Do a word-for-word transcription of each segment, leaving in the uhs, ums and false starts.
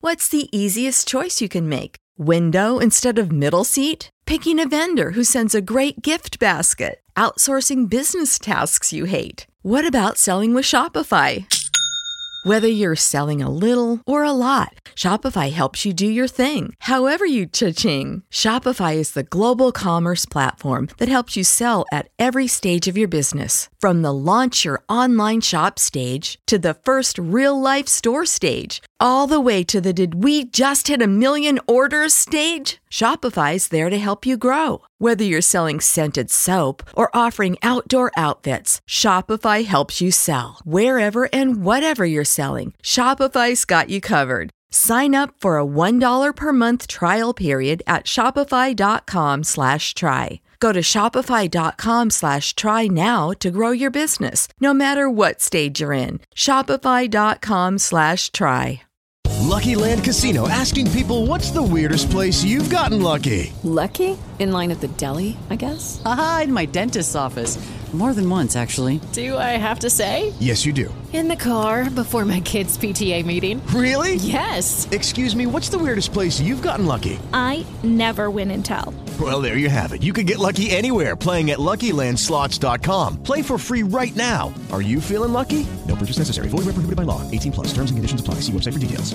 What's the easiest choice you can make? Window instead of middle seat? Picking a vendor who sends a great gift basket? Outsourcing business tasks you hate? What about selling with Shopify? Whether you're selling a little or a lot, Shopify helps you do your thing, however you cha-ching. Shopify is the global commerce platform that helps you sell at every stage of your business. From the launch your online shop stage to the first real-life store stage, all the way to the did we just hit a million orders stage? Shopify's there to help you grow. Whether you're selling scented soap or offering outdoor outfits, Shopify helps you sell. Wherever and whatever you're selling, Shopify's got you covered. Sign up for a one dollar per month trial period at shopify.com slash try. Go to shopify.com slash try now to grow your business, no matter what stage you're in. Shopify.com slash try. Lucky Land Casino, asking people, what's the weirdest place you've gotten lucky? Lucky? In line at the deli, I guess? Aha, in my dentist's office. More than once, actually. Do I have to say? Yes, you do. In the car before my kids' P T A meeting. Really? Yes. Excuse me, what's the weirdest place you've gotten lucky? I never win and tell. Well, there you have it. You can get lucky anywhere, playing at Lucky Land Slots dot com. Play for free right now. Are you feeling lucky? No purchase necessary. Void where prohibited by law. eighteen plus. Terms and conditions apply. See website for details.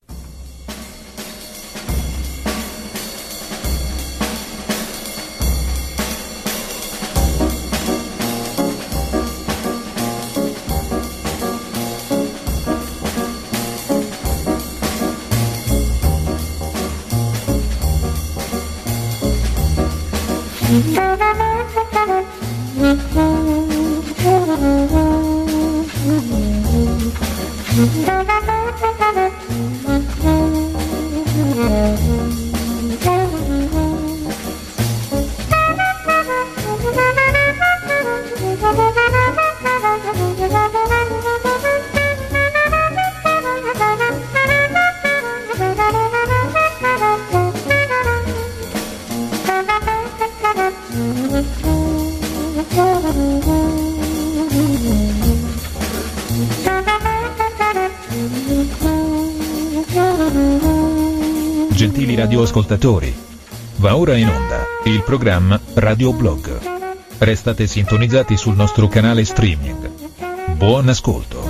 Gentili radioascoltatori, va ora in onda il programma Radio Blog. Restate sintonizzati sul nostro canale streaming. Buon ascolto.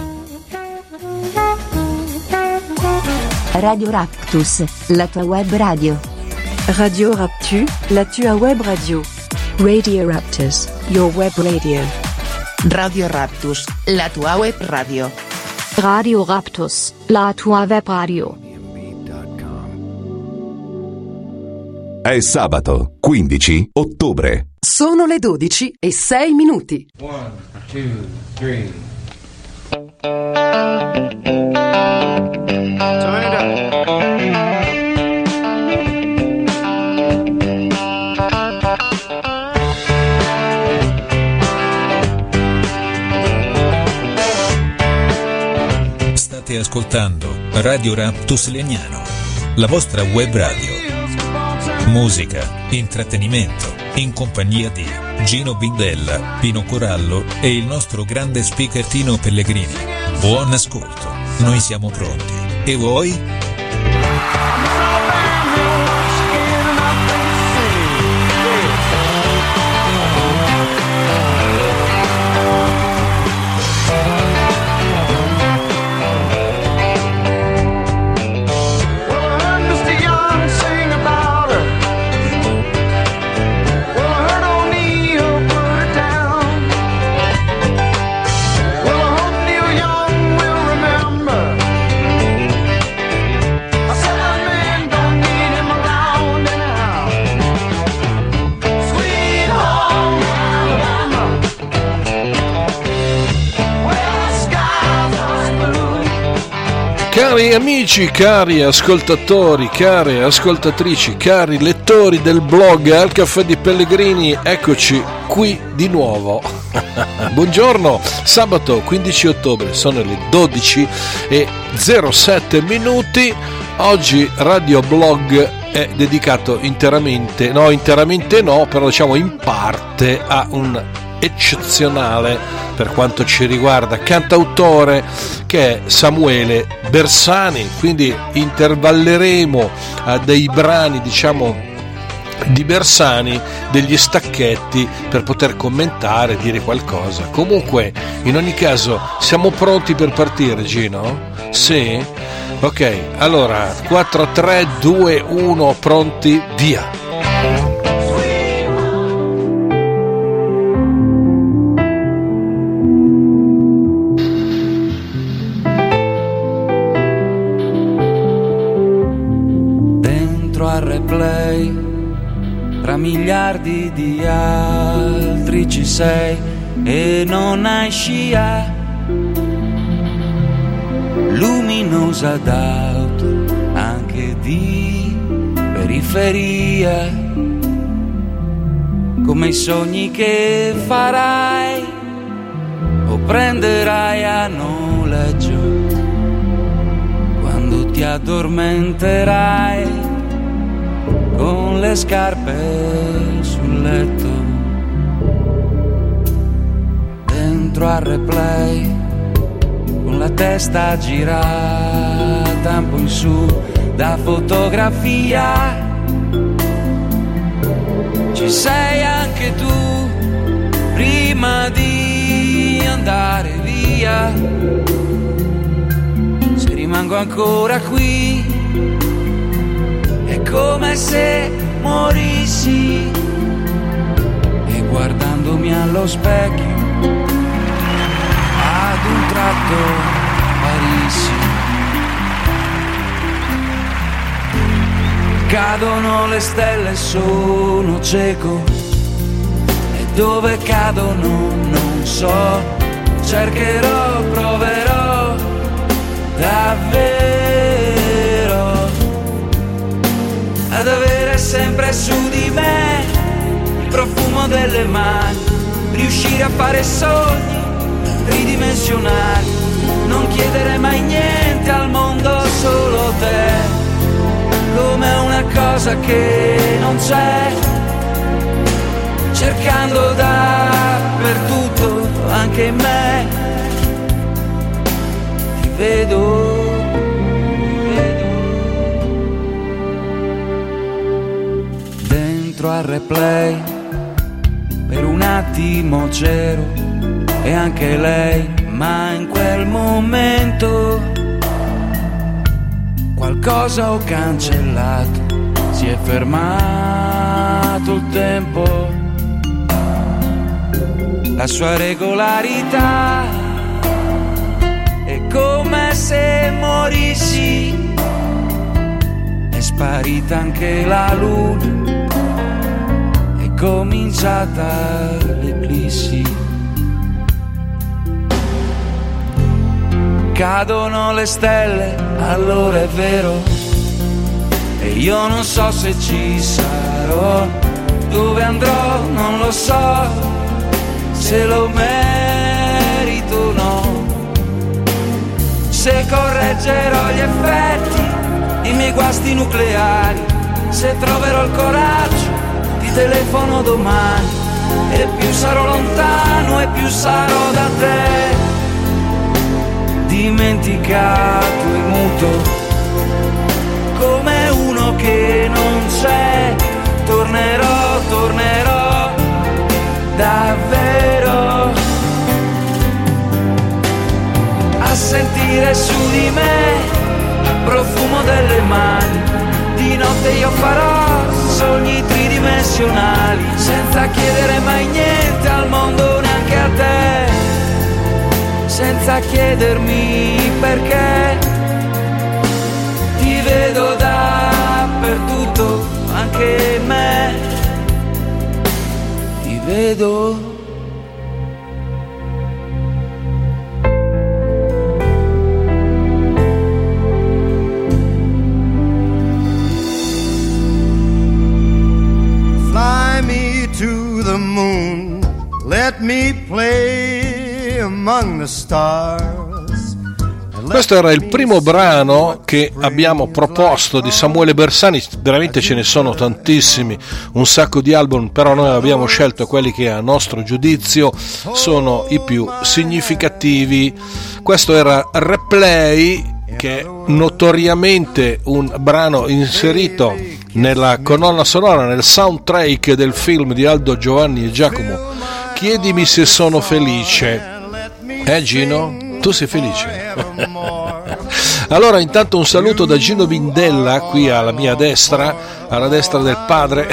Radio Raptus, la tua web radio. Radio Raptu, la tua web radio. Radio Raptus, your web radio. Radio Raptus, la tua web radio. Radio Raptus, la tua web radio. È sabato, quindici ottobre. Sono le dodici e sei minuti. One, two, three. Turn it up. State ascoltando Radio Raptus Legnano, la vostra web radio. Musica, intrattenimento, in compagnia di Gino Bindella, Pino Corallo e il nostro grande speaker Tino Pellegrini. Buon ascolto, noi siamo pronti. E voi? Cari amici, cari ascoltatori, care ascoltatrici, cari lettori del blog Al Caffè di Pellegrini, eccoci qui di nuovo. Buongiorno, sabato quindici ottobre, sono le dodici e zero sette minuti. Oggi Radio Blog è dedicato interamente, no interamente no, però diciamo in parte a un eccezionale per quanto ci riguarda, cantautore, che è Samuele Bersani. Quindi intervalleremo a dei brani, diciamo, di Bersani, degli stacchetti per poter commentare, dire qualcosa. Comunque, in ogni caso, siamo pronti per partire, Gino? Sì? Ok, allora quattro, tre, due, uno, pronti, via. Dentro al replay, tra miliardi di altri ci sei e non hai scia, luminosa d'auto, anche di periferia, come i sogni che farai o prenderai a noleggio quando ti addormenterai con le scarpe sul letto. Dentro al replay, con la testa girata un po' in su da fotografia, ci sei anche tu prima di andare via. Se rimango ancora qui è come se morissi, e guardandomi allo specchio ad un tratto sparissi. Cadono le stelle, sono cieco, e dove cadono non so, cercherò, proverò davvero ad avere sempre su di me il profumo delle mani, riuscire a fare sogni tridimensionali, non chiedere mai niente al mondo, solo te, come una cosa che non c'è, cercando dappertutto, anche in me, ti vedo. Al replay, per un attimo c'ero e anche lei, ma in quel momento qualcosa ho cancellato, si è fermato il tempo, la sua regolarità è come se morissi, è sparita anche la luna, cominciata l'eclissi. Cadono le stelle, allora è vero, e io non so se ci sarò, dove andrò non lo so, se lo merito o no, se correggerò gli effetti dei miei guasti nucleari, se troverò il coraggio telefono domani, e più sarò lontano e più sarò da te, dimenticato e muto, come uno che non c'è, tornerò, tornerò davvero a sentire su di me il profumo delle mani, di notte io farò sogni tridimensionali, senza chiedere mai niente al mondo, neanche a te, senza chiedermi perché, ti vedo dappertutto, anche me, ti vedo. To the moon, let me play among the stars, and Questo era il primo brano che abbiamo proposto di Samuele Bersani, veramente ce ne sono tantissimi, un sacco di album, però noi abbiamo scelto quelli che a nostro giudizio sono i più significativi. Questo era Replay, che è notoriamente un brano inserito nella colonna sonora, nel soundtrack del film di Aldo, Giovanni e Giacomo, Chiedimi se sono felice. Eh Gino? Tu sei felice? Allora intanto un saluto da Gino Bindella qui alla mia destra, alla destra del padre,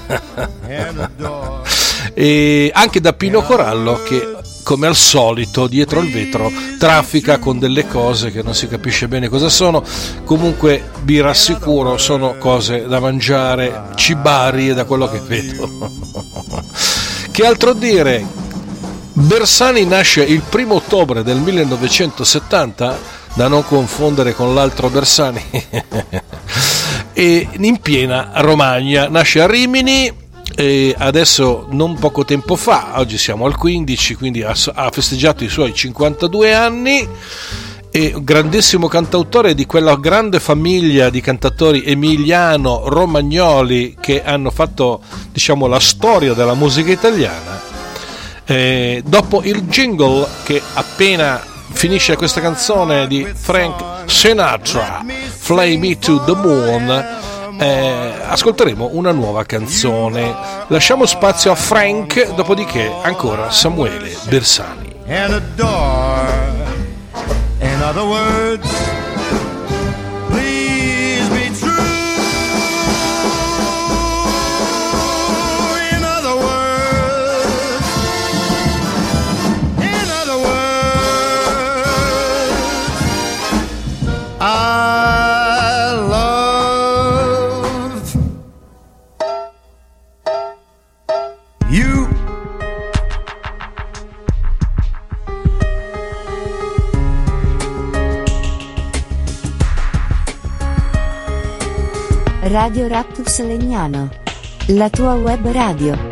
e anche da Pino Corallo che come al solito dietro il vetro traffica con delle cose che non si capisce bene cosa sono. Comunque vi rassicuro, sono cose da mangiare, cibarie da quello che vedo. Che altro dire? Bersani nasce il primo ottobre del millenovecentosettanta, da non confondere con l'altro Bersani, e in piena Romagna. Nasce a Rimini e adesso non poco tempo fa, oggi siamo al quindici, quindi ha, ha festeggiato i suoi cinquantadue anni. È un grandissimo cantautore di quella grande famiglia di cantatori emiliano-romagnoli che hanno fatto, diciamo, la storia della musica italiana. Eh, dopo il jingle che appena finisce questa canzone di Frank Sinatra, Fly Me to the Moon, eh, ascolteremo una nuova canzone. Lasciamo spazio a Frank, dopodiché ancora Samuele Bersani. And a door. In other words, please be true. In other words, in other words, I love you. Radio Raptus Legnano, la tua web radio.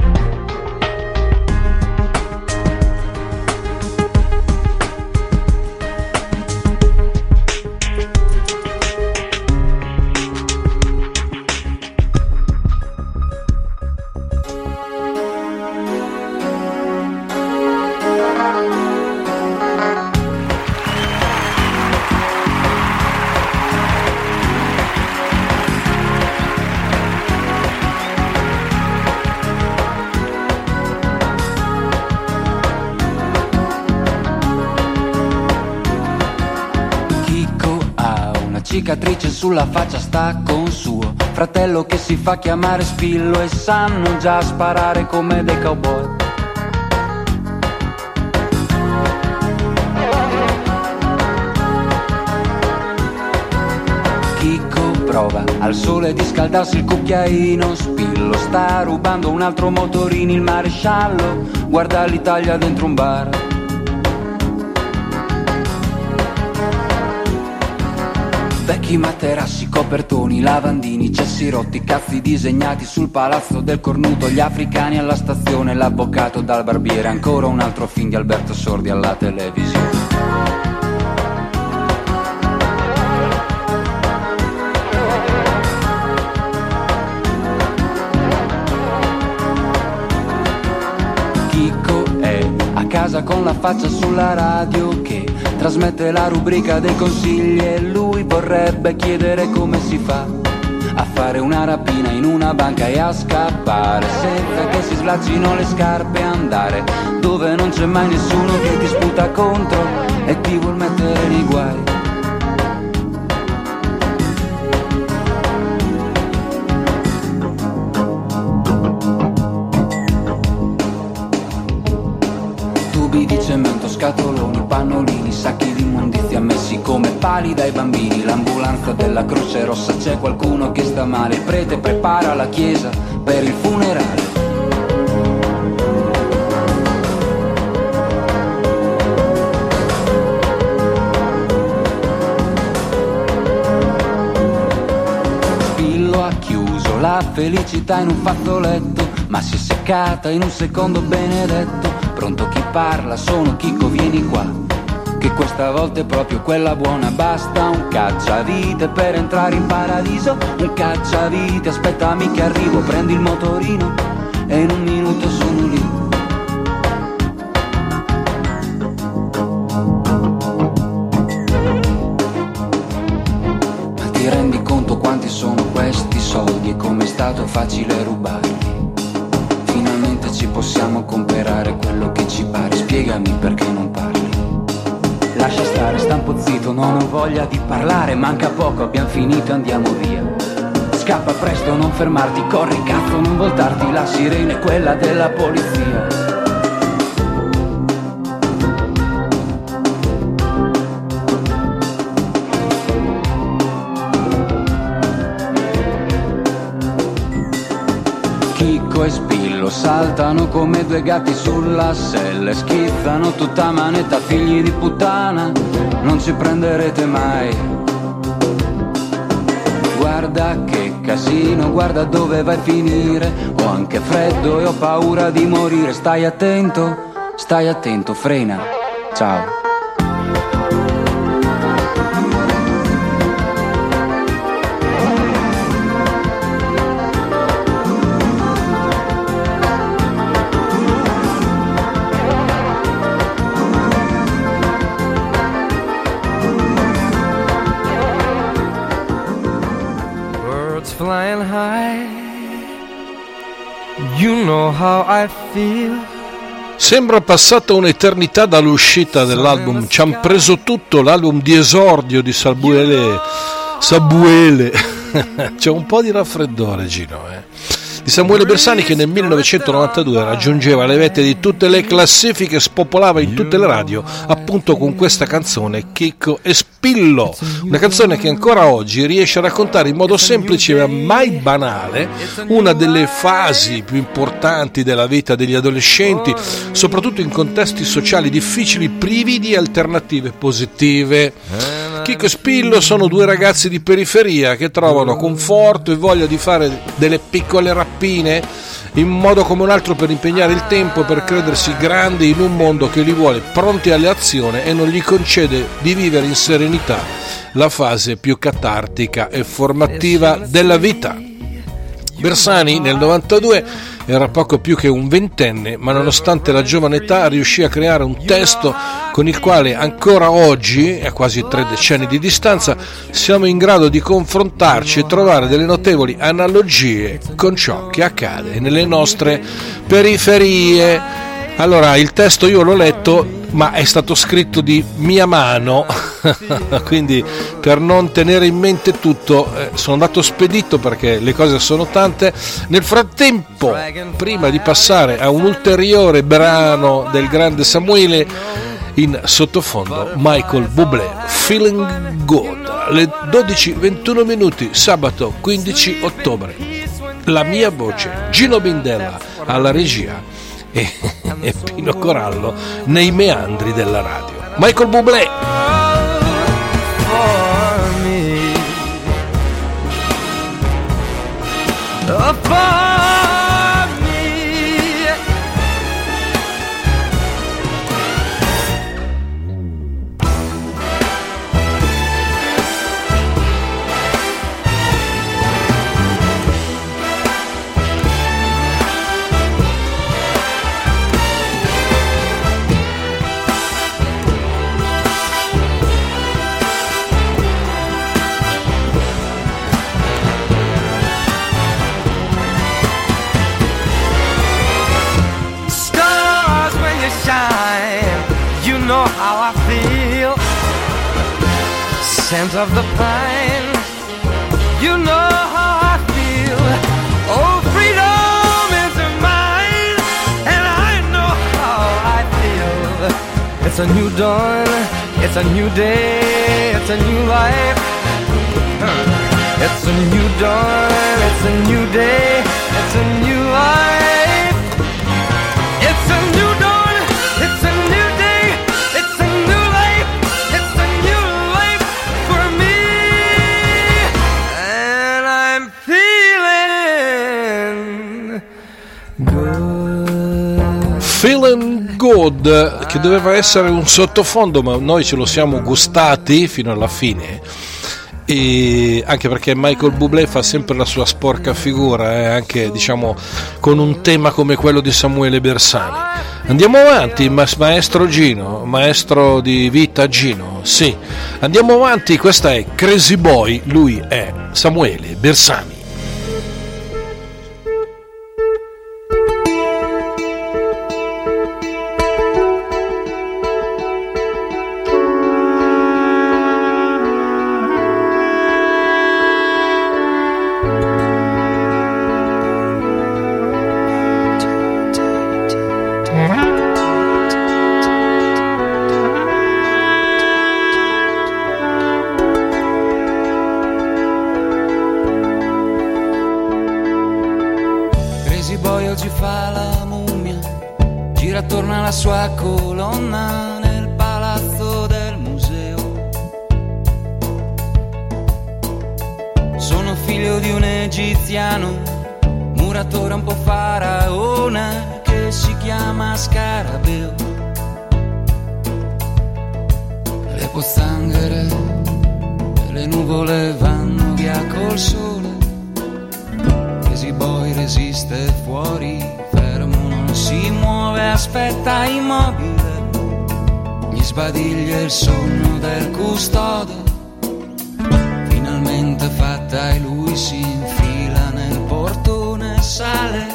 Cicatrice sulla faccia, sta con suo fratello che si fa chiamare Spillo e sanno già sparare come dei cowboy. Chicco prova al sole di scaldarsi il cucchiaino, Spillo sta rubando un altro motorino, il maresciallo guarda l'Italia dentro un bar. Vecchi materassi, copertoni, lavandini, cessi rotti, cazzi disegnati sul palazzo del cornuto, gli africani alla stazione, l'avvocato dal barbiere, ancora un altro film di Alberto Sordi alla televisione. Chicco è a casa con la faccia sulla radio che trasmette la rubrica dei consigli e lui vorrebbe chiedere come si fa a fare una rapina in una banca e a scappare senza che si slaccino le scarpe, andare dove non c'è mai nessuno che ti sputa contro e ti vuol mettere nei guai. Tubi di cemento, scatoloni, pannolini, sacchi di immondizia messi come pali dai bambini, l'ambulanza della Croce Rossa, c'è qualcuno che sta male, il prete prepara la chiesa per il funerale. Spillo ha chiuso la felicità in un fazzoletto, ma si è seccata in un secondo benedetto. Pronto chi parla, sono Chicco, vieni qua. che questa volta è proprio quella buona. Basta un cacciavite per entrare in paradiso, un cacciavite, aspettami che arrivo, prendi il motorino e in un minuto sono lì. Ma ti rendi conto quanti sono questi soldi e com'è stato facile rubarli? Finalmente ci possiamo comprare quello che ci pare, spiegami perché non parli. Lascia stare, sta un po' zitto, non ho voglia di parlare, manca poco, abbiamo finito, andiamo via. Scappa presto, non fermarti, corri cazzo, non voltarti, la sirena è quella della polizia. Chicco e Spillo saltano come due gatti sulla sella, schizzano tutta manetta, figli di puttana, non ci prenderete mai. Guarda che casino, guarda dove vai a finire, ho anche freddo e ho paura di morire, stai attento, stai attento, frena, ciao. Flying high, you know how I feel. Sembra passata un'eternità dall'uscita dell'album, ci han preso tutto, l'album di esordio di Sabuele. Sabuele. C'è un po' di raffreddore, Gino, eh. Di Samuele Bersani, che nel millenovecentonovantadue raggiungeva le vette di tutte le classifiche, spopolava in tutte le radio appunto con questa canzone Chicco e Spillo, una canzone che ancora oggi riesce a raccontare in modo semplice ma mai banale una delle fasi più importanti della vita degli adolescenti, soprattutto in contesti sociali difficili privi di alternative positive. Chicco e Spillo sono due ragazzi di periferia che trovano conforto e voglia di fare delle piccole rappine in modo come un altro per impegnare il tempo, per credersi grandi in un mondo che li vuole pronti all'azione e non gli concede di vivere in serenità la fase più catartica e formativa della vita. Bersani nel novantadue era poco più che un ventenne, ma nonostante la giovane età riuscì a creare un testo con il quale ancora oggi, a quasi tre decenni di distanza, siamo in grado di confrontarci e trovare delle notevoli analogie con ciò che accade nelle nostre periferie. Allora, il testo io l'ho letto, ma è stato scritto di mia mano, quindi per non tenere in mente tutto eh, sono andato spedito perché le cose sono tante. Nel frattempo, prima di passare a un ulteriore brano del grande Samuele, in sottofondo Michael Bublé, Feeling Good, alle dodici e ventuno minuti, sabato quindici ottobre. La mia voce, Gino Bindella alla regia e, e Pino Corallo nei meandri della radio. Michael Bublé. Scent of the pine, you know how I feel. Oh, freedom is mine, and I know how I feel. It's a new dawn, it's a new day, it's a new life. It's a new dawn, it's a new day, it's a new life. It's a new dawn, it's a new day, it's a new life. It's a new life for me, and I'm feeling good. Feeling God, che doveva essere un sottofondo, ma noi ce lo siamo gustati fino alla fine, e anche perché Michael Bublé fa sempre la sua sporca figura, eh, anche diciamo con un tema come quello di Samuele Bersani. Andiamo avanti, ma- maestro Gino, maestro di vita Gino, sì, andiamo avanti. Questa è Crazy Boy, lui è Samuele Bersani. Oggi fa la mummia, gira attorno alla sua colonna nel palazzo del museo. Sono figlio di un egiziano, muratore un po' faraone, che si chiama Scarabeo. Le pozzanghere e le nuvole vanno via col sole. Crazy Boy resiste fuori, fermo non si muove, aspetta immobile, gli sbadiglia il sonno del custode. Finalmente fatta e lui si infila nel portone e sale.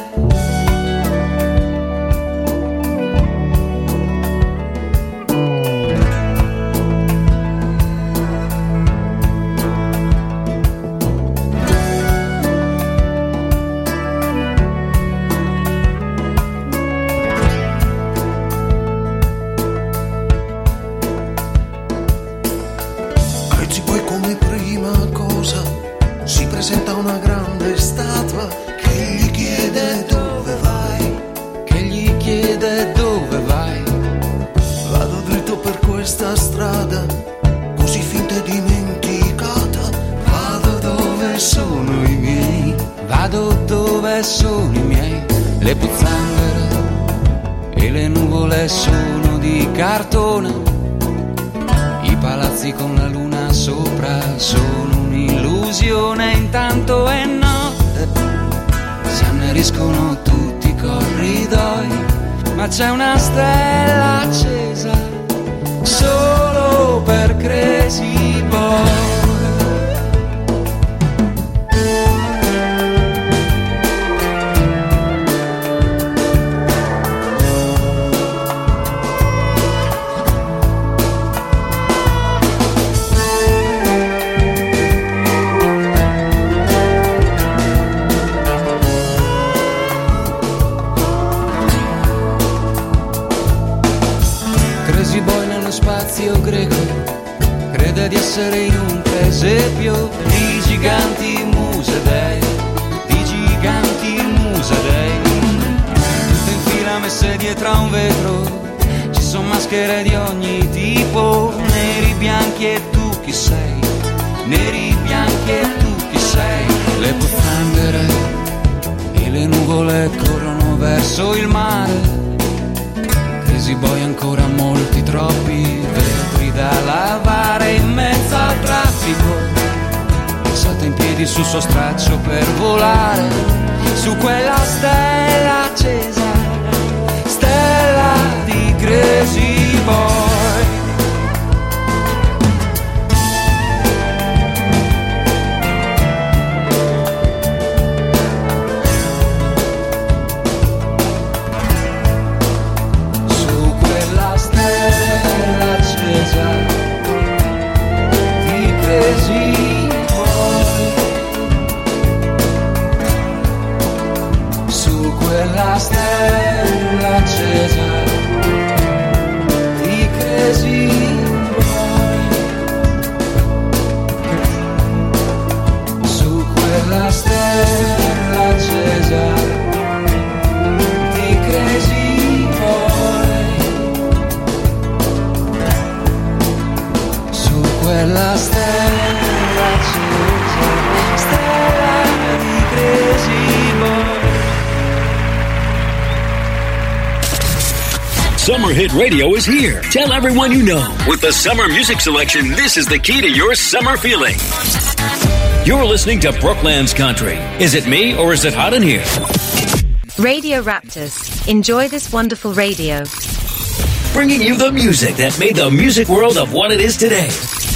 Presenta una grande statua che gli chiede dove vai, che gli chiede dove vai. Vado dritto per questa strada, così finta e dimenticata. Vado dove sono i miei, vado dove sono i miei. Le pozzanghere e le nuvole sono di cartone, i palazzi con la luna sopra sono un'illusione. Intanto è notte, si anneriscono tutti i corridoi, ma c'è una stella accesa solo per Crazy Boy. Spazio greco crede di essere in un presepio di giganti musedei, di giganti musedei. Tutte in fila messe dietro a un vetro, ci sono maschere di ogni tipo, neri, bianchi e tu chi sei, neri, bianchi e tu chi sei. Le pozzanghere e le nuvole corrono verso il mare. Crazy Boy ancora molti, troppi vetri da lavare in mezzo al traffico. Salta in piedi sul suo straccio per volare su quella stella accesa, stella di Crazy Boy. Su quella stella Summer Hit Radio is here. Tell everyone you know. With the Summer Music Selection, this is the key to your summer feeling. You're listening to Brooklands Country. Is it me or is it hot in here? Radio Raptors. Enjoy this wonderful radio. Bringing you the music that made the music world of what it is today.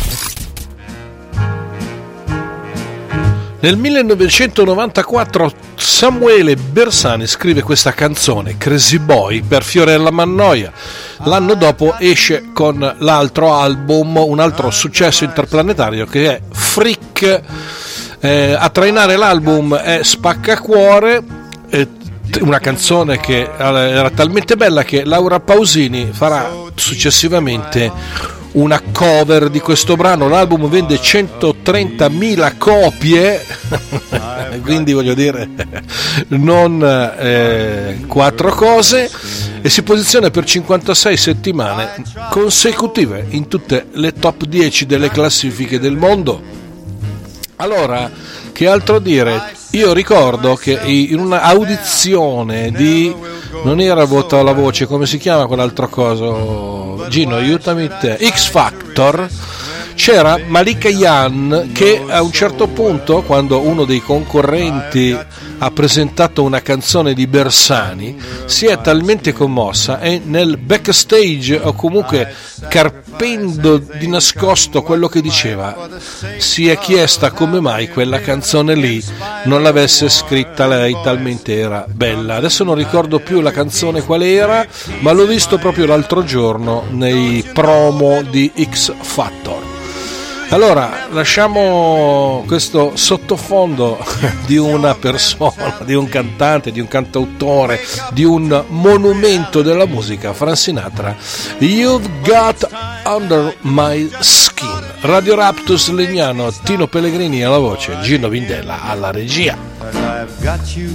Nel millenovecentonovantaquattro Samuele Bersani scrive questa canzone, Crazy Boy, per Fiorella Mannoia. L'anno dopo esce con l'altro album, un altro successo interplanetario che è Freak. Eh, a trainare l'album è Spaccacuore, eh, una canzone che era talmente bella che Laura Pausini farà successivamente una cover di questo brano. L'album vende centotrentamila copie quindi voglio dire non eh, quattro cose, e si posiziona per cinquantasei settimane consecutive in tutte le top dieci delle classifiche del mondo. Allora, che altro dire? Io ricordo che in una audizione di, non era Vota la Voce, come si chiama quell'altro coso? Gino, aiutami te. X Factor, c'era Malika Yan che a un certo punto, quando uno dei concorrenti ha presentato una canzone di Bersani, si è talmente commossa e nel backstage, o comunque carpendo di nascosto quello che diceva, si è chiesta come mai quella canzone lì non l'avesse scritta lei, talmente era bella. Adesso non ricordo più la canzone qual era, ma l'ho visto proprio l'altro giorno nei promo di X Factor. Allora, lasciamo questo sottofondo di una persona, di un cantante, di un cantautore, di un monumento della musica, Frank Sinatra. You've Got Under My Skin. Radio Raptus Legnano, Tino Pellegrini alla voce, Gino Vindella alla regia. I've got you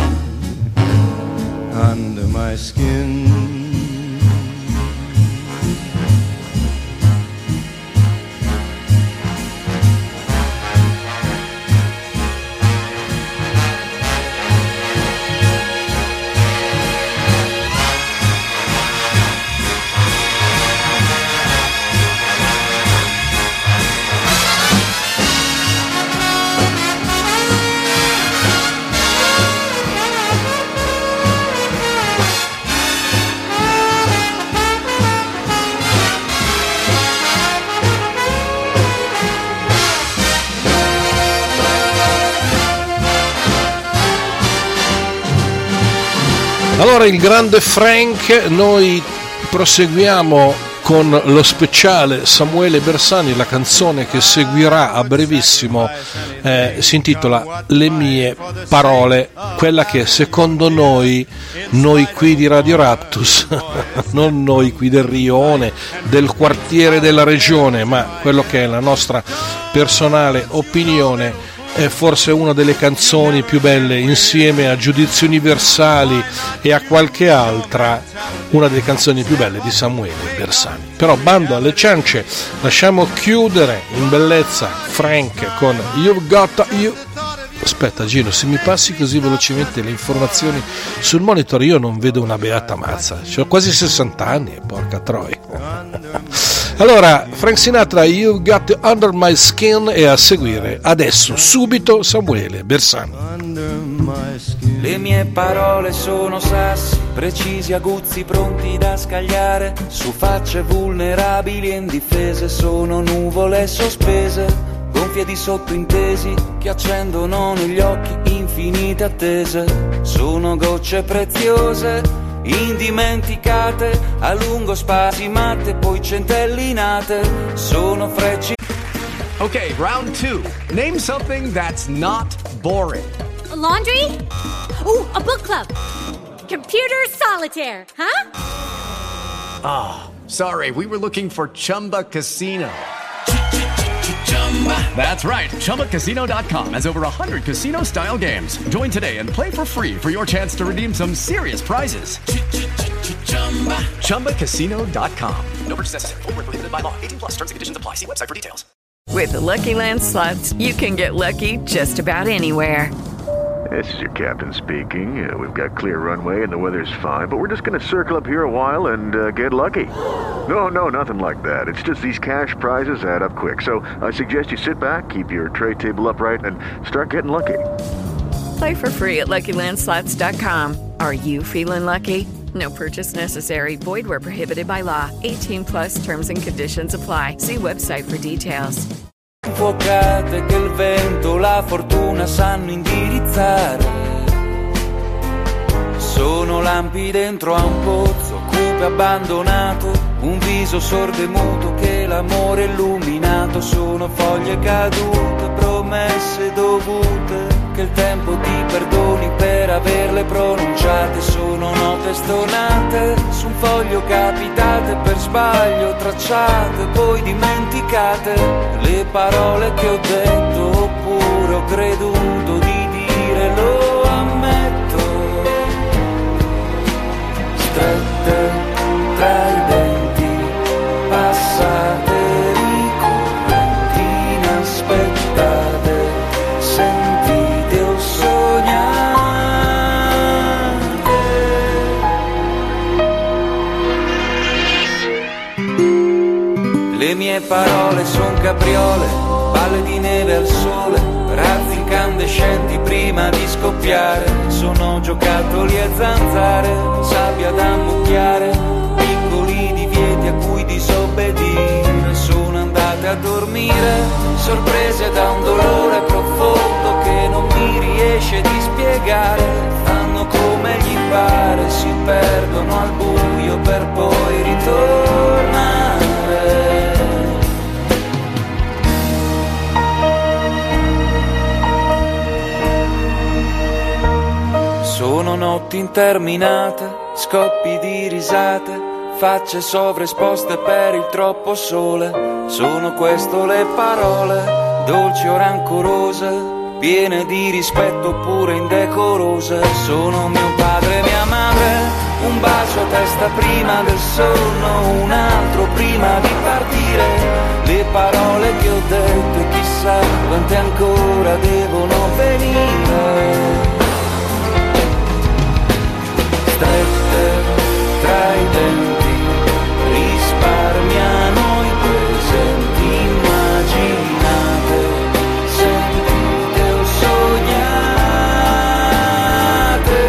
under my skin. Allora, il grande Frank, noi proseguiamo con lo speciale Samuele Bersani. La canzone che seguirà a brevissimo eh, si intitola Le mie parole, quella che secondo noi, noi qui di Radio Raptus, non noi qui del Rione, del quartiere della regione, ma quello che è la nostra personale opinione, è forse una delle canzoni più belle, insieme a Giudizi Universali e a qualche altra, una delle canzoni più belle di Samuele Bersani. Però bando alle ciance, lasciamo chiudere in bellezza Frank con You've Got You. Aspetta Gino, se mi passi così velocemente le informazioni sul monitor io non vedo una beata mazza, ho quasi sessanta anni, porca troia. Allora, Frank Sinatra, You've Got Under My Skin, e a seguire adesso subito Samuele Bersani. Le mie parole sono sassi precisi, aguzzi, pronti da scagliare su facce vulnerabili e indifese. Sono nuvole sospese, gonfie di sottointesi che accendono negli occhi infinite attese. Sono gocce preziose indimenticate, a lungo spasimate, poi centellinate. Sono frecci. Okay, round two. Name something that's not boring. A laundry? Ooh, a book club. Computer solitaire, huh? Ah, oh, sorry, we were looking for Chumba Casino. That's right, Chumba Casino dot com has over one hundred casino-style games. Join today and play for free for your chance to redeem some serious prizes. Chumba Casino dot com. No purchase necessary. Void where prohibited by law. eighteen plus. Terms and conditions apply. See website for details. With the Lucky Land Slots, you can get lucky just about anywhere. This is your captain speaking. Uh, we've got clear runway and the weather's fine, but we're just going to circle up here a while and uh, get lucky. No, no, nothing like that. It's just these cash prizes add up quick. So I suggest you sit back, keep your tray table upright, and start getting lucky. Play for free at Lucky Land Slots dot com. Are you feeling lucky? No purchase necessary. Void where prohibited by law. eighteen plus terms and conditions apply. See website for details. Infuocate che il vento, la fortuna sanno indirizzare. Sono lampi dentro a un pozzo, cupe abbandonato, un viso sordo e muto che l'amore è illuminato. Sono foglie cadute, promesse dovute, che il tempo ti perdoni per averle pronunciate. Sono note stonate su un foglio capitate per sbaglio, tracciate poi dimenticate. Le parole che ho detto oppure ho creduto di dire, lo ammetto. Strette tra i denti, passate ricorrenti, inaspettate, sentite o sognate. Le mie parole son capriole, palle di neve al sole, razzi incandescenti prima di scoppiare. Sono giocattoli e zanzare, sabbia da ammucchiare, piccoli divieti a cui disobbedire. Sono andate a dormire, sorprese da un dolore profondo che non mi riesce di spiegare. Fanno come gli pare, si perdono al buio per poi ritornare. Sono notti interminate, scoppi di risate, facce sovraesposte per il troppo sole. Sono queste le parole, dolci o rancorose, piene di rispetto oppure indecorose. Sono mio padre e mia madre, un bacio a testa prima del sonno, un altro prima di partire. Le parole che ho detto e chissà quante ancora devono venire. Strette tra i denti, risparmiano i presenti, immaginate, sentite o sognate.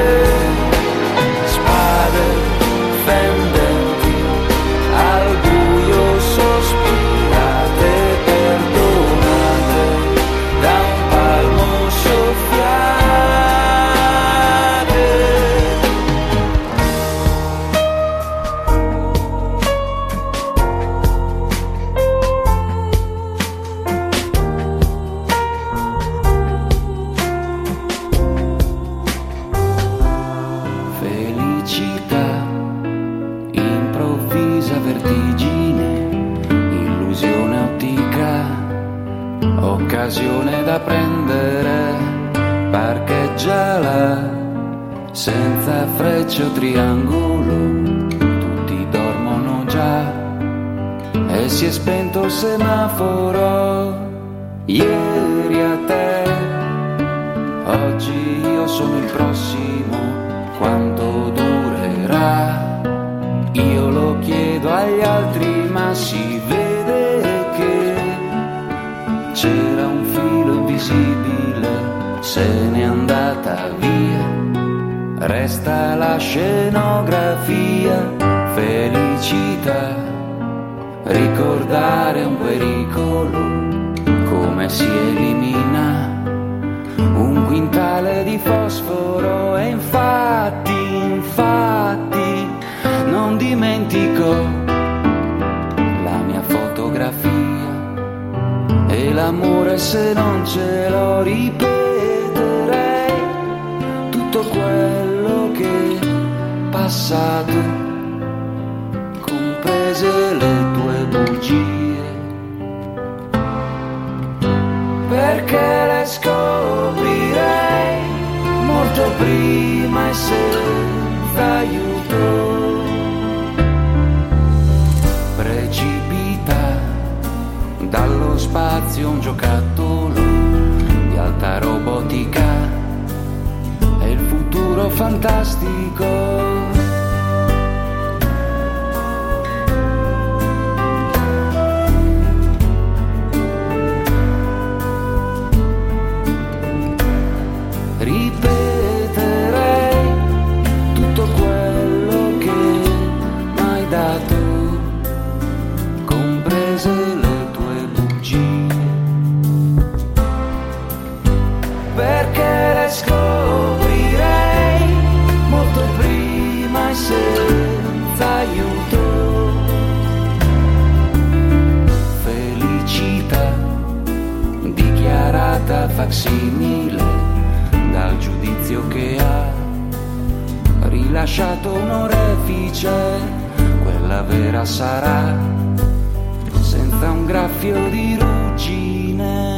Spade fendenti, al buio sospirate, perdonate, da un palmo soffiate. Occasione da prendere, parcheggiala, senza freccia o triangolo, tutti dormono già e si è spento il semaforo. Ieri a te, oggi io sono il prossimo, quanto durerà? Io lo chiedo agli altri, ma si vede che c'era un filo invisibile, se n'è andata via, resta la scenografia, felicità, ricordare un pericolo, come si elimina un quintale di fosforo. E infatti, infatti, non dimentico la mia fotografia. E l'amore se non ce lo ripeterei, tutto quello che è passato, comprese le tue bugie, perché le scoprirei molto prima e senza aiuto. Precipita dallo spazio un giocattolo di alta robotica, fantastico. Ripeterei tutto quello che m'hai dato, comprese le tue bugie, perché le scoprirei molto prima e senza aiuto. Felicità dichiarata facsimile dal giudizio che ha rilasciato un orefice, quella vera sarà senza un graffio di ruggine.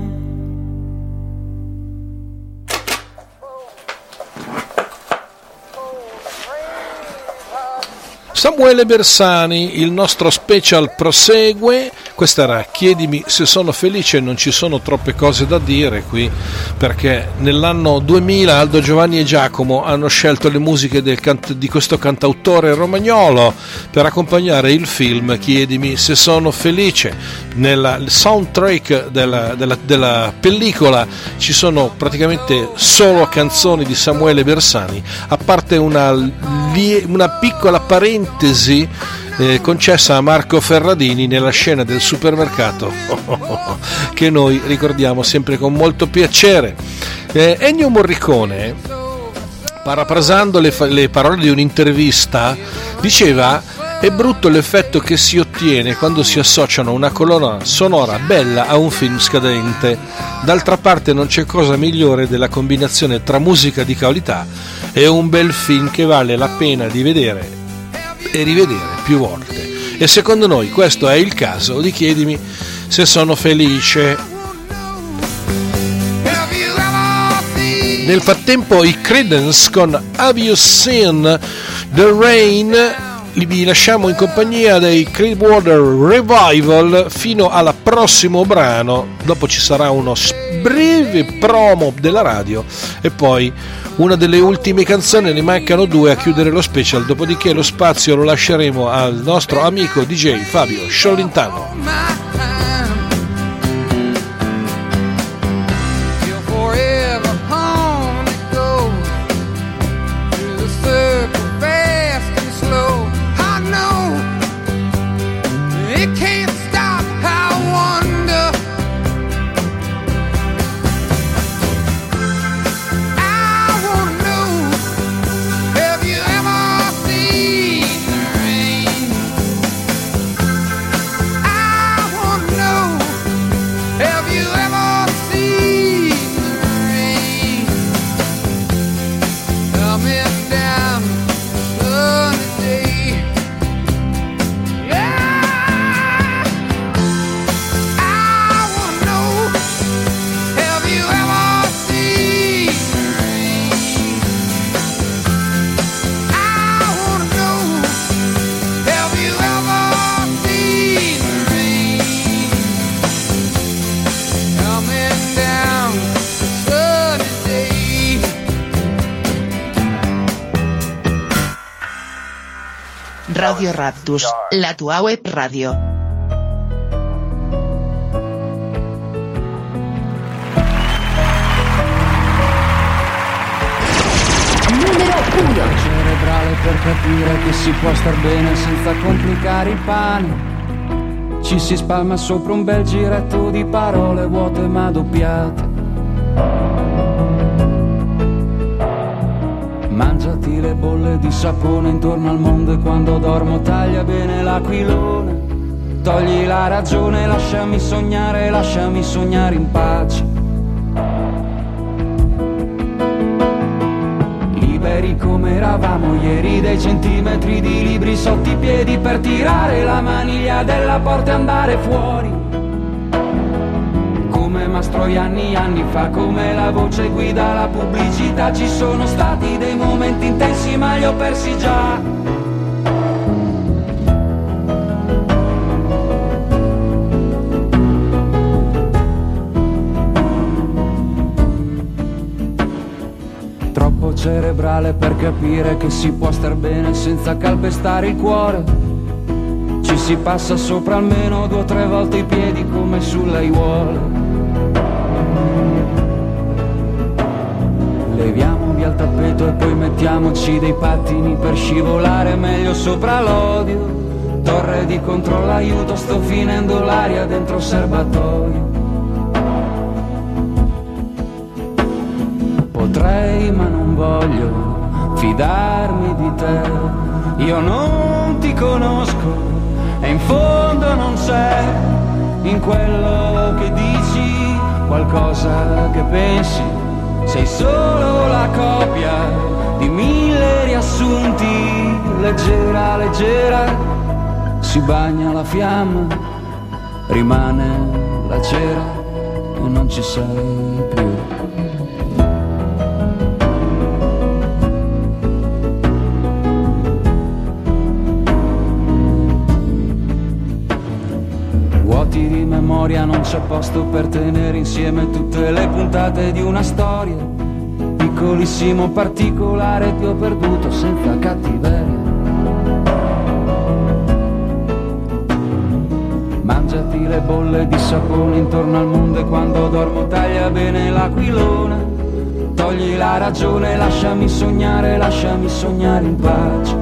Samuele Bersani, il nostro special prosegue. Questa era Chiedimi se sono felice. Non ci sono troppe cose da dire qui, perché nell'anno duemila Aldo, Giovanni e Giacomo hanno scelto le musiche del cant- di questo cantautore romagnolo per accompagnare il film Chiedimi se sono felice. Nel soundtrack della, della, della pellicola ci sono praticamente solo canzoni di Samuele Bersani, a parte una, una piccola parentesi Eh, concessa a Marco Ferradini nella scena del supermercato che noi ricordiamo sempre con molto piacere. eh, Ennio Morricone, parafrasando le, fa- le parole di un'intervista, diceva: è brutto l'effetto che si ottiene quando si associano una colonna sonora bella a un film scadente. D'altra parte non c'è cosa migliore della combinazione tra musica di qualità e un bel film che vale la pena di vedere e rivedere più volte. E secondo noi questo è il caso di Chiedimi se sono felice. Nel frattempo i Creedence con Have You Seen the Rain vi lasciamo in compagnia dei Clearwater Revival fino al prossimo brano. Dopo ci sarà uno breve promo della radio e poi una delle ultime canzoni. Ne mancano due a chiudere lo special, dopodiché lo spazio lo lasceremo al nostro amico D J Fabio Sciolintano. Radio Raptus, la tua web radio. Numero uno. Cerebrale per capire che si può star bene senza complicare il pane. Ci si spalma sopra un bel giretto di parole vuote ma doppiate. Mangiati le bolle di sapone intorno al mondo e quando dormo taglia bene l'aquilone. Togli la ragione, lasciami sognare, lasciami sognare in pace. Liberi come eravamo ieri, dei centimetri di libri sotto i piedi per tirare la maniglia della porta e andare fuori. Come Mastroianni anni fa, come la voce guida la pubblicità. Ci sono stati dei momenti intensi ma li ho persi già. Troppo lavoro cerebrale per capire che si può star bene senza calpestare il cuore. Ci si passa sopra almeno due o tre volte i piedi come sulle aiuole. Leviamo via il tappeto e poi mettiamoci dei pattini per scivolare meglio sopra l'odio. Torre di controllo, aiuto, sto finendo l'aria dentro il serbatoio. Potrei ma non voglio fidarmi di te. Io non ti conosco e in fondo non sei in quello che dici qualcosa che pensi. Sei solo la copia di mille riassunti. Leggera, leggera, si bagna la fiamma, rimane la cera e non ci sei più. Vuoti di memoria, non c'è posto per tenere insieme tutte le puntate di una storia. Piccolissimo particolare ti ho perduto senza cattiveria. Mangiati le bolle di sapone intorno al mondo e quando dormo taglia bene l'aquilona. Togli la ragione, lasciami sognare, lasciami sognare in pace.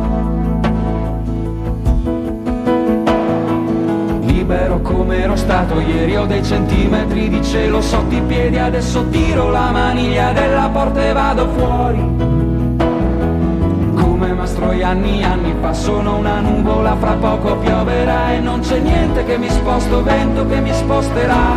Libero come ero stato ieri, ho dei centimetri di cielo sotto i piedi. Adesso tiro la maniglia della porta e vado fuori. Come Mastroianni anni anni fa, sono una nuvola, fra poco pioverà e non c'è niente che mi sposto, vento che mi sposterà.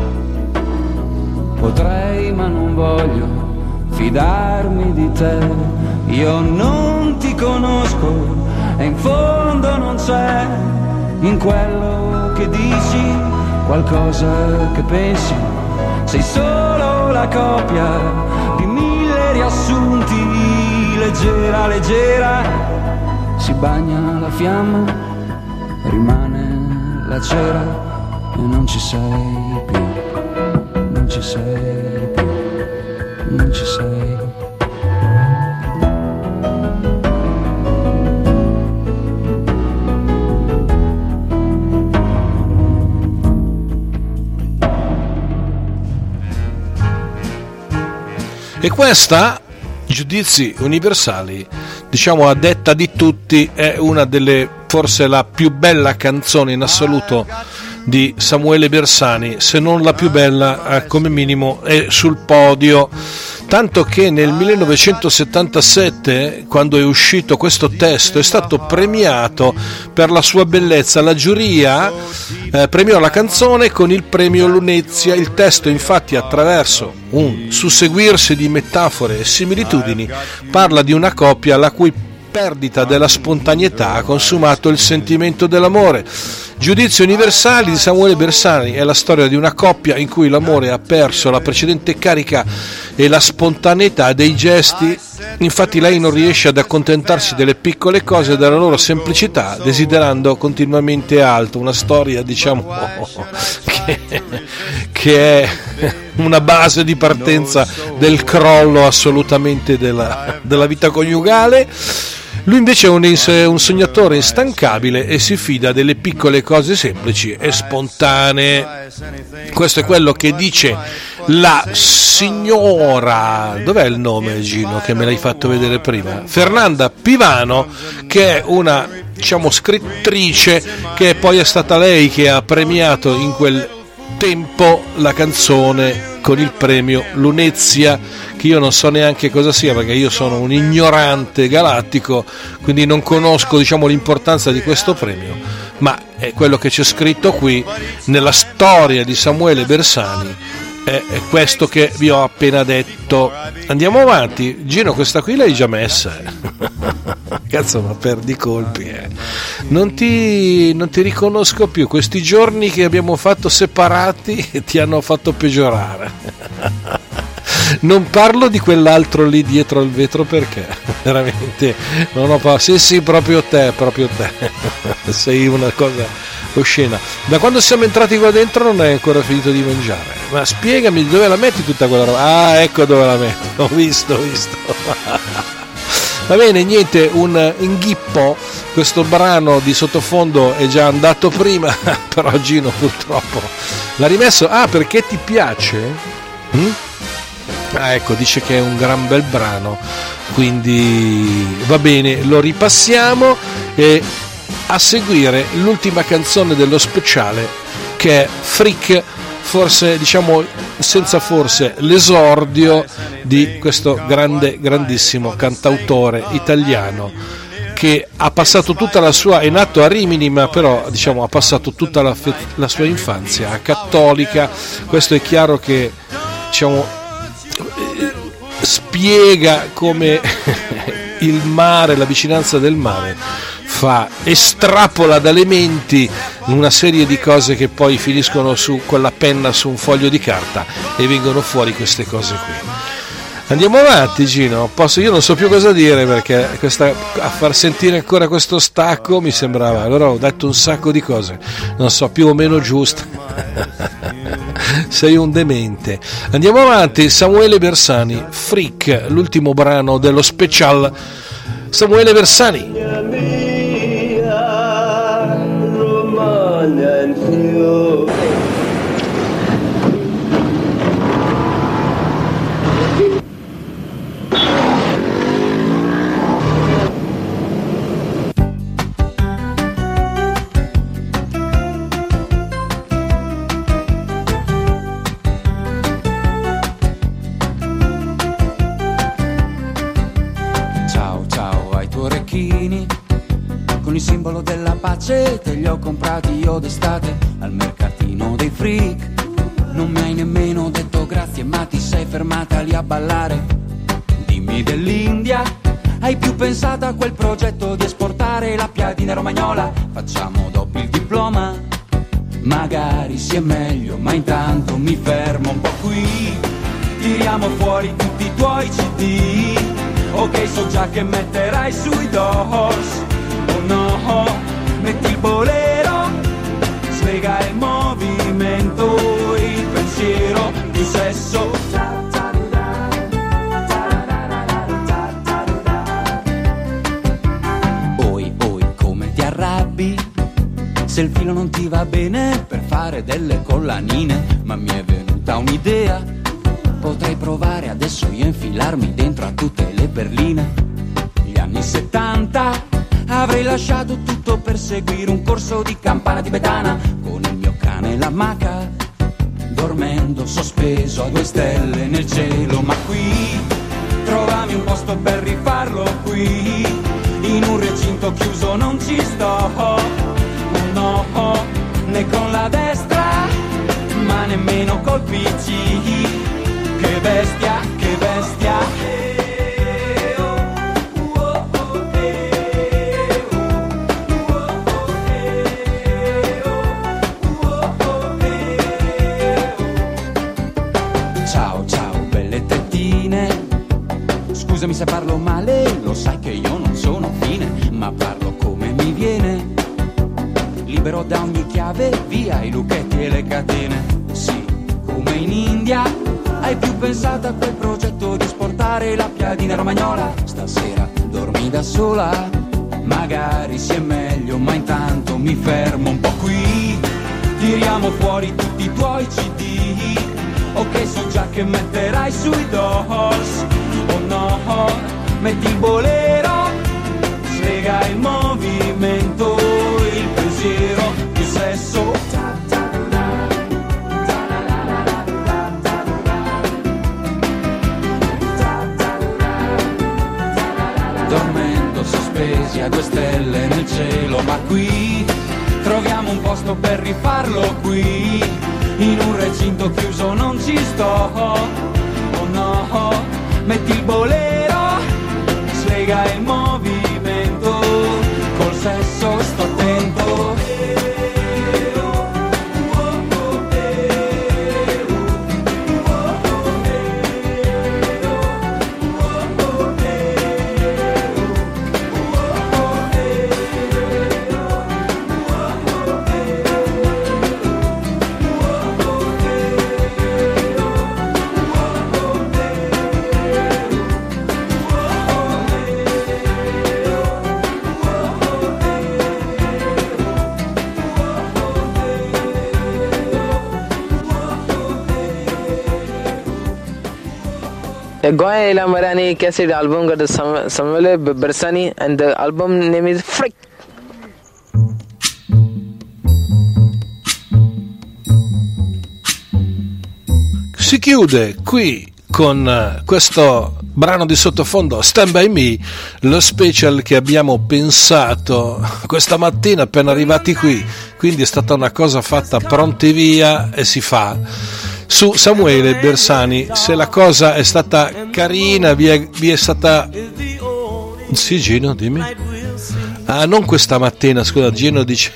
Potrei ma non voglio fidarmi di te. Io non ti conosco e in fondo non c'è in quello che dici qualcosa che pensi. Sei solo la copia di mille riassunti. Leggera, leggera, si bagna la fiamma, rimane la cera e non ci sei più, non ci sei più, non ci sei. E questa, Giudizi Universali, diciamo a detta di tutti, è una delle, forse la più bella canzone in assoluto di Samuele Bersani, se non la più bella, eh, come minimo è sul podio. Tanto che nel millenovecentosettantasette, quando è uscito questo testo, è stato premiato per la sua bellezza. La giuria eh, premiò la canzone con il premio Lunezia. Il testo, infatti, attraverso un susseguirsi di metafore e similitudini, parla di una coppia la cui perdita della spontaneità ha consumato il sentimento dell'amore. Giudizi Universali di Samuele Bersani è la storia di una coppia in cui l'amore ha perso la precedente carica e la spontaneità dei gesti. Infatti lei non riesce ad accontentarsi delle piccole cose e della loro semplicità, desiderando continuamente alto. Una storia, diciamo, che, che è una base di partenza del crollo assolutamente della, della vita coniugale. Lui invece è un, un sognatore instancabile e si fida delle piccole cose semplici e spontanee. Questo è quello che dice la signora, dov'è il nome, Gino, che me l'hai fatto vedere prima? Fernanda Pivano, che è una, diciamo, scrittrice, che poi è stata lei che ha premiato in quel tempo la canzone con il premio Lunezia, che io non so neanche cosa sia, perché io sono un ignorante galattico, quindi non conosco, diciamo, l'importanza di questo premio, ma è quello che c'è scritto qui nella storia di Samuele Bersani. È, è questo che vi ho appena detto. Andiamo avanti. Gino, questa qui l'hai già messa. Cazzo, ma perdi colpi, eh. Non ti, non ti riconosco più. Questi giorni che abbiamo fatto separati ti hanno fatto peggiorare. Non parlo di quell'altro lì dietro al vetro, perché veramente non ho paura. Sì, sì, proprio te, proprio te. Sei una cosa oscena. Da quando siamo entrati qua dentro non hai ancora finito di mangiare. ma spiegami dove la metti tutta quella roba. Ah, ecco dove la metto, ho visto, ho visto. Va bene, niente, un inghippo. Questo brano di sottofondo è già andato prima, però Gino purtroppo l'ha rimesso. Ah, perché ti piace? Mm? Ah, ecco, dice che è un gran bel brano, quindi va bene, lo ripassiamo. E a seguire l'ultima canzone dello speciale, che è Freak, forse, diciamo senza forse, l'esordio di questo grande, grandissimo cantautore italiano che ha passato tutta la sua, è nato a Rimini, ma però diciamo ha passato tutta la, la sua infanzia a Cattolica. Questo è chiaro che, diciamo, spiega come il mare, la vicinanza del mare fa, estrapola dalle menti una serie di cose che poi finiscono su quella penna, su un foglio di carta, e vengono fuori queste cose qui. Andiamo avanti, Gino. Posso, io non so più cosa dire, perché questa, a far sentire ancora questo stacco mi sembrava, allora ho detto un sacco di cose, non so, più o meno giuste. Sei un demente. Andiamo avanti. Samuele Bersani, Freak, l'ultimo brano dello special. Samuele Bersani. Con il simbolo della pace te li ho comprati io d'estate al mercatino dei freak. Non mi hai nemmeno detto grazie, ma ti sei fermata lì a ballare. Dimmi dell'India, hai più pensato a quel progetto di esportare la piadina romagnola? Facciamo dopo il diploma, magari sia meglio, ma intanto mi fermo un po' qui. Tiriamo fuori tutti i tuoi C D, ok, so già che metterai sui Doors. Oh no, metti il bolero, slega il movimento, il pensiero, più sesso. Oi, oi, come ti arrabbi se il filo non ti va bene per fare delle collanine? Ma mi è venuta un'idea, potrei provare adesso io a infilarmi dentro a tutte le berline. Gli anni settanta avrei lasciato tutto per seguire un corso di campana tibetana con il mio cane e la maca, dormendo sospeso a due stelle nel cielo. Ma qui trovami un posto per rifarlo qui, in un recinto chiuso non ci sto. Oh no, né con la destra, ma nemmeno col P C. Che bestia, che bestia. Scusami se parlo male, lo sai che io non sono fine, ma parlo come mi viene, libero da ogni chiave, via i lucchetti e le catene. Sì, come in India, hai più pensato a quel progetto di esportare la piadina romagnola? Stasera dormi da sola, magari sia meglio, ma intanto mi fermo un po' qui. Tiriamo fuori tutti i tuoi C D, ok, so già che metterai sui Doors. Oh no, metti il bolero, slega il movimento, il pensiero, più sesso. Dormendo sospesi a due stelle nel cielo, ma qui troviamo un posto per rifarlo qui, in un recinto chiuso non ci sto. Oh no, metti il bolero, slega il movimento, col sesso sto attento. Goya Ela Marani cassette album got the Sam- Samuele Bersani and the album name is Freak. Si chiude qui con questo brano di sottofondo Stand By Me, lo special che abbiamo pensato questa mattina appena arrivati qui, quindi è stata una cosa fatta pronti via e si fa su Samuele Bersani. Se la cosa è stata carina, vi è, vi è stata... Sì, Gino, dimmi. Ah, non questa mattina, scusa, Gino dice...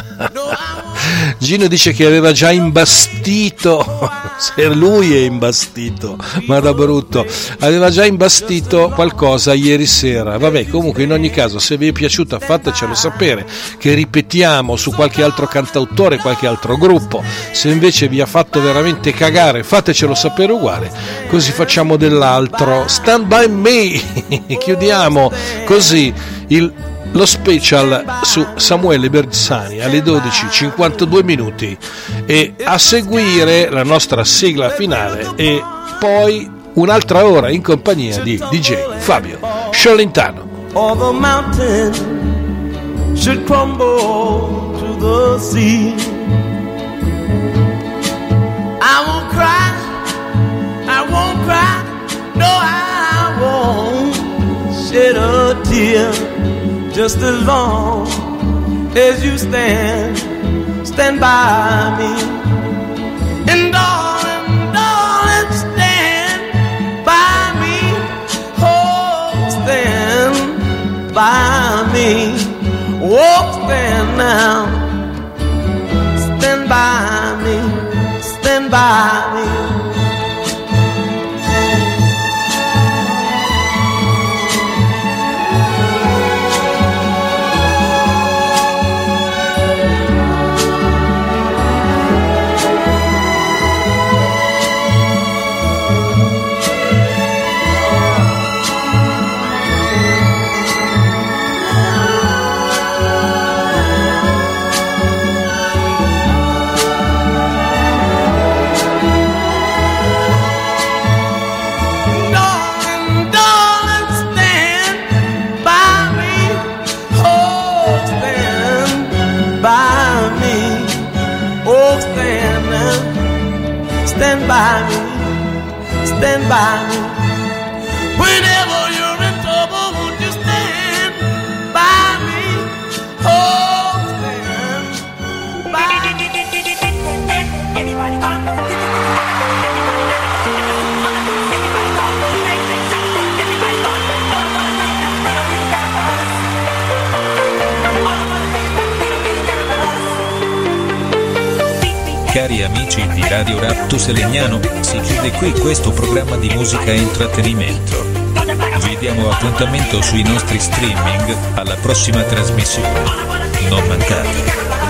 Gino dice che aveva già imbastito, se lui è imbastito, ma da brutto, aveva già imbastito qualcosa ieri sera. Vabbè, comunque in ogni caso, se vi è piaciuta fatecelo sapere, che ripetiamo su qualche altro cantautore, qualche altro gruppo. Se invece vi ha fatto veramente cagare, fatecelo sapere uguale, così facciamo dell'altro. Stand By Me, chiudiamo così il... lo special su Samuele Bersani alle dodici e cinquantadue minuti, e a seguire la nostra sigla finale e poi un'altra ora in compagnia di D J Fabio Sciolintano. All the mountain should crumble to the sea. I won't cry, I won't cry, no I won't shed a tear. Just as long as you stand, stand by me. And darling, darling, stand by me. Oh, stand by me. Oh, stand now. Stand by me. Stand by me. Stand by me, stand by me. Whenever you're in trouble, won't you stand by me? Oh, stand by me. Everybody come. Cari amici di Radio Raptus Legnano, si chiude qui questo programma di musica e intrattenimento. Vi diamo appuntamento sui nostri streaming alla prossima trasmissione. Non mancate.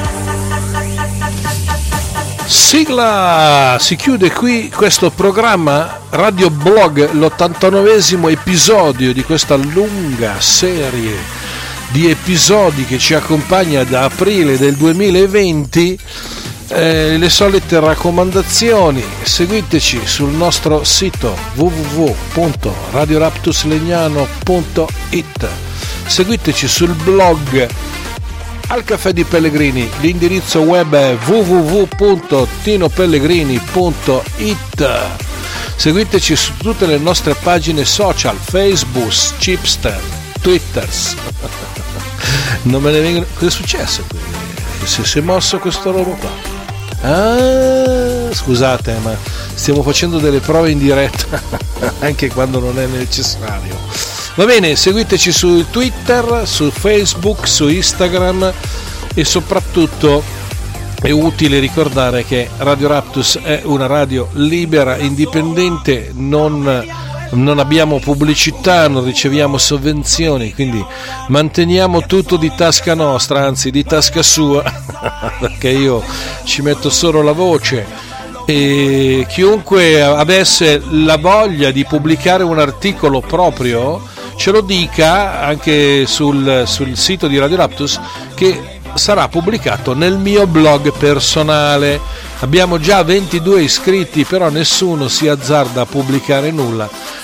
Sigla! Si chiude qui questo programma Radio Blog, l'ottantanovesimo episodio di questa lunga serie di episodi che ci accompagna da aprile del duemilaventi. Eh, le solite raccomandazioni: seguiteci sul nostro sito w w w punto radio raptus legnano punto i t, seguiteci sul blog Al Caffè di Pellegrini, l'indirizzo web è w w w punto tino pellegrini punto i t, seguiteci su tutte le nostre pagine social, Facebook, Chipster, Twitters. Non me ne vengono. Cosa è successo qui? Si è mosso questo robo qua. Ah, scusate, ma stiamo facendo delle prove in diretta anche quando non è necessario. Va bene, seguiteci su Twitter, su Facebook, su Instagram, e soprattutto è utile ricordare che Radio Raptus è una radio libera, indipendente, non non abbiamo pubblicità, non riceviamo sovvenzioni, quindi manteniamo tutto di tasca nostra, anzi di tasca sua, perché io ci metto solo la voce, e chiunque avesse la voglia di pubblicare un articolo proprio ce lo dica anche sul, sul sito di Radio Raptus, che sarà pubblicato nel mio blog personale. Abbiamo già ventidue iscritti, però nessuno si azzarda a pubblicare nulla,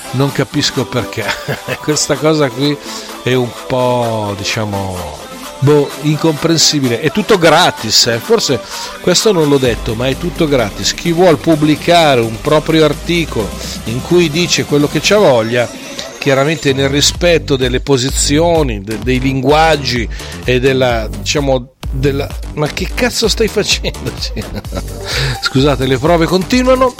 non capisco perché. Questa cosa qui è un po', diciamo, boh, incomprensibile. È tutto gratis, eh? Forse questo non l'ho detto, ma è tutto gratis. Chi vuol pubblicare un proprio articolo in cui dice quello che c'ha voglia, chiaramente nel rispetto delle posizioni, de- dei linguaggi e della, diciamo, della... ma che cazzo stai facendo? Scusate, le prove continuano.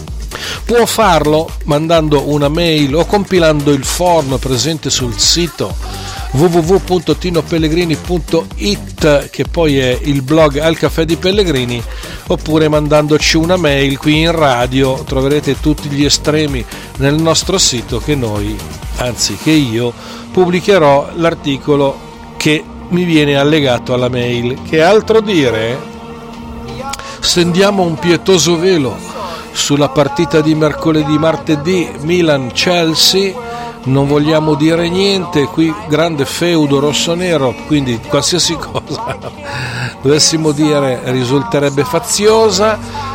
Può farlo mandando una mail o compilando il form presente sul sito w w w punto tino pellegrini punto it, che poi è il blog al caffè di Pellegrini, oppure mandandoci una mail qui in radio. Troverete tutti gli estremi nel nostro sito, che noi, anzi che io, pubblicherò l'articolo che mi viene allegato alla mail. Che altro dire? Stendiamo un pietoso velo sulla partita di mercoledì martedì Milan-Chelsea. Non vogliamo dire niente, qui grande feudo rossonero, quindi qualsiasi cosa dovessimo dire risulterebbe faziosa.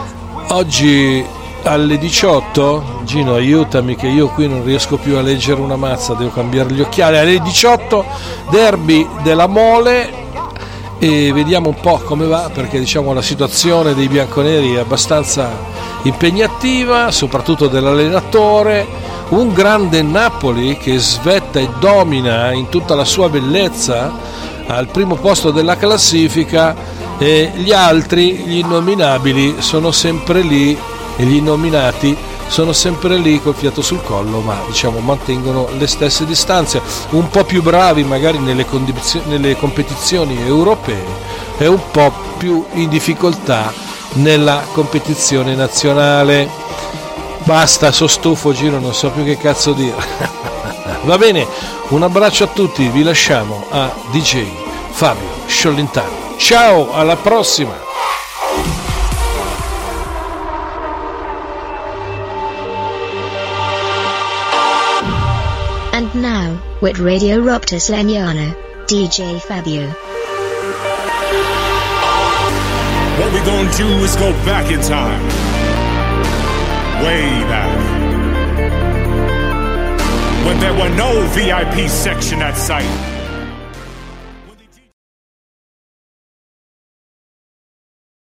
Oggi alle diciotto, Gino aiutami che io qui non riesco più a leggere una mazza, devo cambiare gli occhiali. Alle diciotto derby della Mole, e vediamo un po' come va, perché diciamo la situazione dei bianconeri è abbastanza impegnativa, soprattutto dell'allenatore. Un grande Napoli che svetta e domina in tutta la sua bellezza al primo posto della classifica, e gli altri, gli innominabili, sono sempre lì, e gli innominati sono sempre lì col fiato sul collo, ma diciamo mantengono le stesse distanze, un po' più bravi magari nelle, condizio- nelle competizioni europee e un po' più in difficoltà nella competizione nazionale. Basta, so stufo, Giro, non so più che cazzo dire. Va bene, un abbraccio a tutti, vi lasciamo a D J Fabio Sciollintano. Ciao, alla prossima! And now, with Radio Raptus Legnano, D J Fabio. What we gonna do is go back in time. Way back. When there were no V I P section at site.